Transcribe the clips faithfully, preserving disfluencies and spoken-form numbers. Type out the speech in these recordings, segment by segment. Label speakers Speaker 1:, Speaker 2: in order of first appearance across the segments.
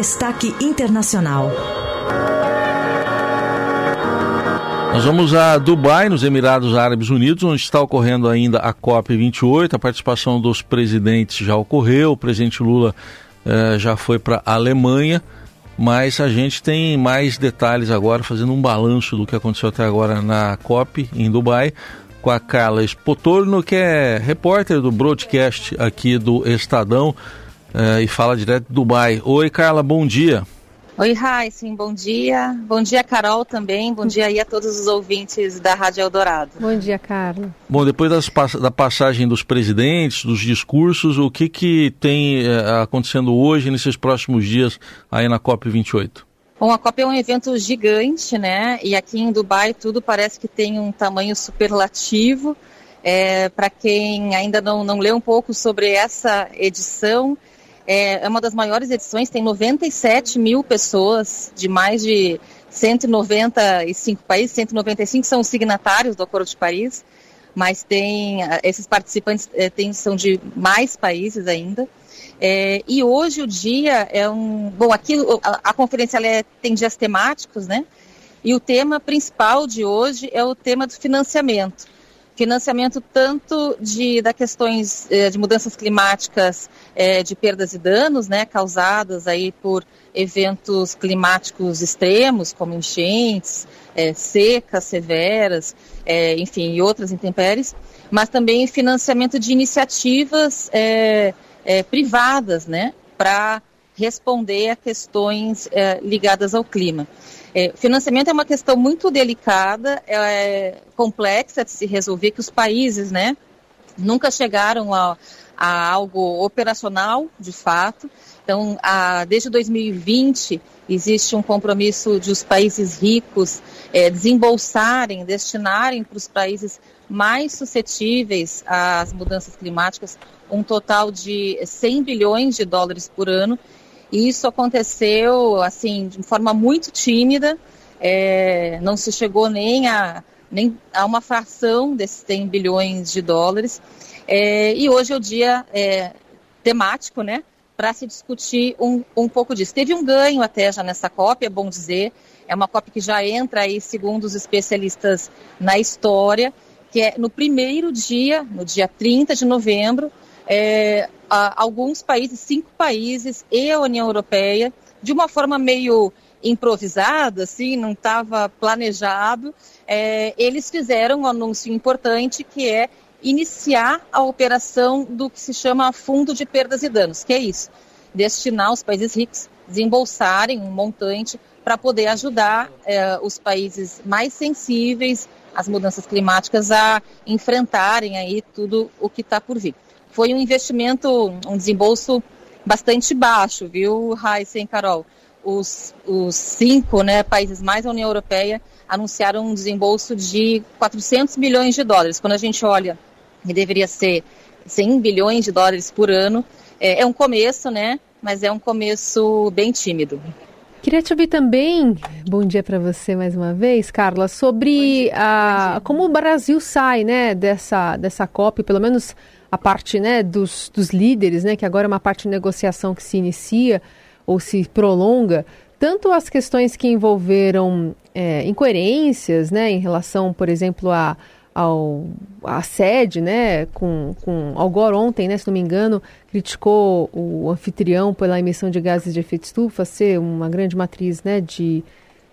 Speaker 1: Destaque Internacional.
Speaker 2: Nós vamos a Dubai, nos Emirados Árabes Unidos, onde está ocorrendo ainda a COP vinte e oito. A participação dos presidentes já ocorreu, o presidente Lula eh, já foi para a Alemanha, mas a gente tem mais detalhes agora, fazendo um balanço do que aconteceu até agora na COP em Dubai, com a Carla Spotorno, que é repórter do broadcast aqui do Estadão eh, e fala direto de Dubai. Oi, Carla, bom dia.
Speaker 3: Oi, Raíssen, bom dia. Bom dia, Carol, também. Bom dia aí a todos os ouvintes da Rádio Eldorado.
Speaker 4: Bom dia, Carla.
Speaker 2: Bom, depois das, da passagem dos presidentes, dos discursos, o que, que tem é, acontecendo hoje, nesses próximos dias, aí na COP vinte e oito?
Speaker 3: Bom, a COP é um evento gigante, né? E aqui em Dubai tudo parece que tem um tamanho superlativo. É, para quem ainda não, não leu um pouco sobre essa edição, é uma das maiores edições, tem noventa e sete mil pessoas de mais de cento e noventa e cinco países, cento e noventa e cinco são os signatários do Acordo de Paris, mas tem, esses participantes é, tem, são de mais países ainda. É, e hoje o dia é um... Bom, aqui a, a conferência ela é, tem dias temáticos, né? E o tema principal de hoje é o tema do financiamento. Financiamento tanto de da questões eh, de mudanças climáticas, eh, de perdas e danos, né, causadas aí por eventos climáticos extremos, como enchentes, eh, secas severas, eh, enfim, e outras intempéries, mas também financiamento de iniciativas eh, eh, privadas, né, para responder a questões eh, ligadas ao clima. É, financiamento é uma questão muito delicada, é, complexa de se resolver, que os países, né, nunca chegaram a, a algo operacional, de fato. Então, a, desde dois mil e vinte, existe um compromisso de os países ricos é, desembolsarem, destinarem para os países mais suscetíveis às mudanças climáticas um total de cem bilhões de dólares por ano. E isso aconteceu, assim, de forma muito tímida, é, não se chegou nem a, nem a uma fração desses cem bilhões de dólares. É, e hoje é o dia é, temático, né, para se discutir um, um pouco disso. Teve um ganho até já nessa COP, é bom dizer, é uma COP que já entra aí, segundo os especialistas, na história, que é no primeiro dia, no dia trinta de novembro, é, alguns países, cinco países e a União Europeia, de uma forma meio improvisada, assim, não estava planejado, é, eles fizeram um anúncio importante, que é iniciar a operação do que se chama Fundo de Perdas e Danos, que é isso, destinar os países ricos, desembolsarem um montante para poder ajudar é, os países mais sensíveis às mudanças climáticas a enfrentarem aí tudo o que está por vir. Foi um investimento, um desembolso bastante baixo, viu, Raíssen e Carol? Os, os cinco, né, países mais a União Europeia anunciaram um desembolso de quatrocentos milhões de dólares. Quando a gente olha, que deveria ser cem bilhões de dólares por ano, é, é um começo, né, mas é um começo bem tímido.
Speaker 4: Queria te ouvir também, bom dia para você mais uma vez, Carla, sobre a, como o Brasil sai, né, dessa, dessa COP, pelo menos a parte, né, dos, dos líderes, né, que agora é uma parte de negociação que se inicia ou se prolonga, tanto as questões que envolveram é, incoerências, né, em relação, por exemplo, a, ao, a sede, né, com, com Al Gore ontem, né, se não me engano, criticou o anfitrião pela emissão de gases de efeito estufa ser uma grande matriz, né, de...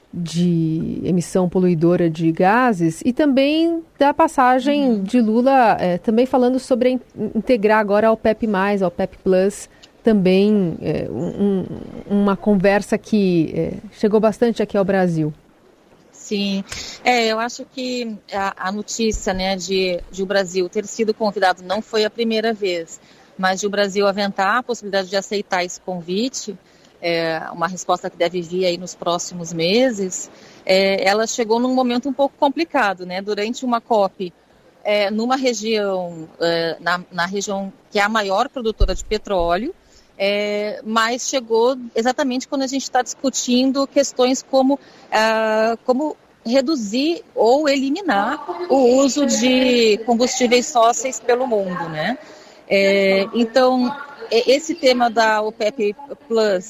Speaker 4: de emissão poluidora de gases, e também da passagem uhum. de Lula, é, também falando sobre in- integrar agora ao OPEP mais, ao OPEP Plus, também é, um, uma conversa que é, chegou bastante aqui ao Brasil.
Speaker 3: Sim, é, eu acho que a, a notícia, né, de, de o Brasil ter sido convidado não foi a primeira vez, mas de o Brasil aventar a possibilidade de aceitar esse convite, é, uma resposta que deve vir aí nos próximos meses, é, ela chegou num momento um pouco complicado, né? Durante uma COP, é, numa região, é, na, na região que é a maior produtora de petróleo, é, mas chegou exatamente quando a gente está discutindo questões como, ah, como reduzir ou eliminar o uso de combustíveis fósseis pelo mundo, né? É, então, esse tema da OPEP Plus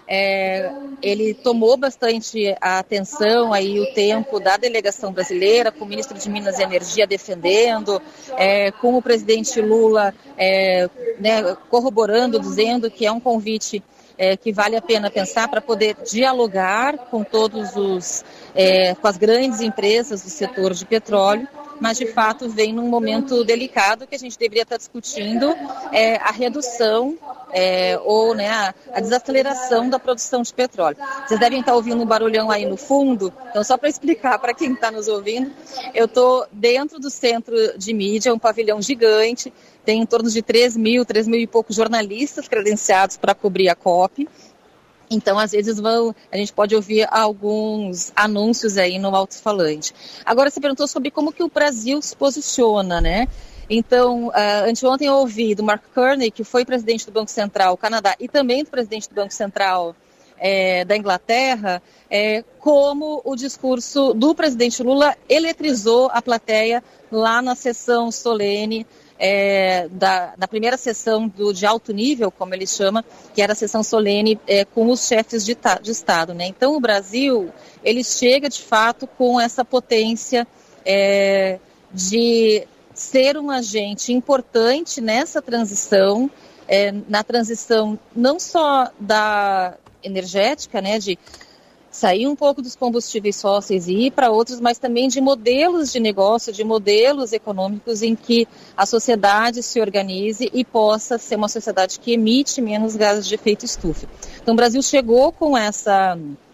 Speaker 3: É, ele tomou bastante a atenção aí o tempo da delegação brasileira, com o ministro de Minas e Energia defendendo, é, com o presidente Lula é, né, corroborando, dizendo que é um convite é, que vale a pena pensar para poder dialogar com todos os, é, com as grandes empresas do setor de petróleo, mas de fato vem num momento delicado que a gente deveria estar discutindo é, a redução é, ou né, a, a desaceleração da produção de petróleo. Vocês devem estar ouvindo um barulhão aí no fundo, então só para explicar para quem está nos ouvindo, eu estou dentro do centro de mídia, um pavilhão gigante, tem em torno de três mil, três mil e poucos jornalistas credenciados para cobrir a COP. Então, às vezes, vão, a gente pode ouvir alguns anúncios aí no alto-falante. Agora, você perguntou sobre como que o Brasil se posiciona, né? Então, uh, anteontem eu ouvi do Mark Carney, que foi presidente do Banco Central, Canadá, e também do presidente do Banco Central é, da Inglaterra, é, como o discurso do presidente Lula eletrizou a plateia lá na sessão solene, É, da, da primeira sessão do, de alto nível, como ele chama, que era a sessão solene é, com os chefes de, de Estado, né? Então o Brasil, ele chega de fato com essa potência é, de ser um agente importante nessa transição, é, na transição não só da energética, né, de sair um pouco dos combustíveis fósseis e ir para outros, mas também de modelos de negócio, de modelos econômicos em que a sociedade se organize e possa ser uma sociedade que emite menos gases de efeito estufa. Então o Brasil chegou com essa,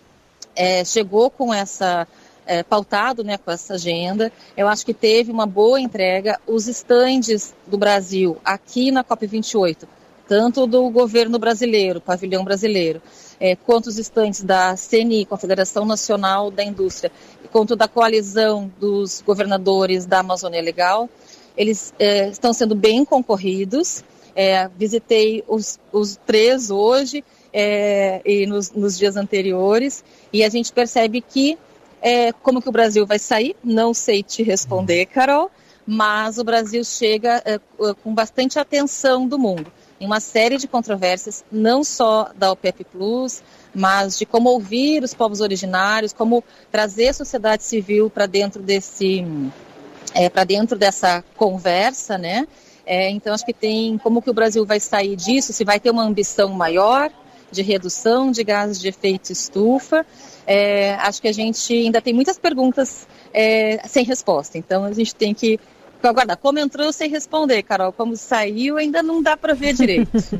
Speaker 3: é, chegou com essa, é, pautado, né, com essa agenda. Eu acho que teve uma boa entrega. Os estandes do Brasil aqui na COP vinte e oito, tanto do governo brasileiro, pavilhão brasileiro, é, quanto os estandes da C N I, Confederação Nacional da Indústria, quanto da coalizão dos governadores da Amazônia Legal, eles é, estão sendo bem concorridos. É, visitei os, os três hoje é, e nos, nos dias anteriores, e a gente percebe que, é, como que o Brasil vai sair, não sei te responder, Carol, mas o Brasil chega é, com bastante atenção do mundo, em uma série de controvérsias, não só da OPEP plus, mas de como ouvir os povos originários, como trazer a sociedade civil para dentro desse, é, para dentro dessa conversa, né? É, então acho que tem como que o Brasil vai sair disso, se vai ter uma ambição maior de redução de gases de efeito estufa. É, acho que a gente ainda tem muitas perguntas é, sem resposta, então a gente tem que aguardar. Como entrou sem responder, Carol, como saiu ainda não dá para ver direito.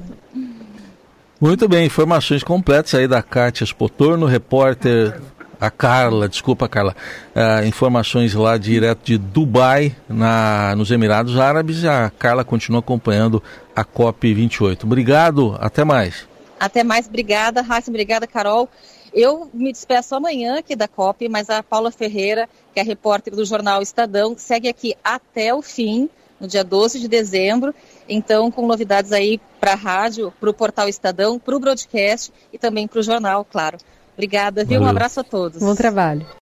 Speaker 2: Muito bem, informações completas aí da Kátia Spotorno, repórter, a Carla, desculpa Carla, uh, informações lá direto de Dubai, na, nos Emirados Árabes. A Carla continua acompanhando a COP vinte e oito. Obrigado, até mais.
Speaker 3: Até mais, obrigada, Raíssa, obrigada, Carol. Eu me despeço amanhã aqui da COP, mas a Paula Ferreira, que é repórter do jornal Estadão, segue aqui até o fim, no dia doze de dezembro, então com novidades aí para a rádio, para o portal Estadão, para o broadcast e também para o jornal, claro. Obrigada, viu? Um abraço a todos.
Speaker 4: Bom trabalho.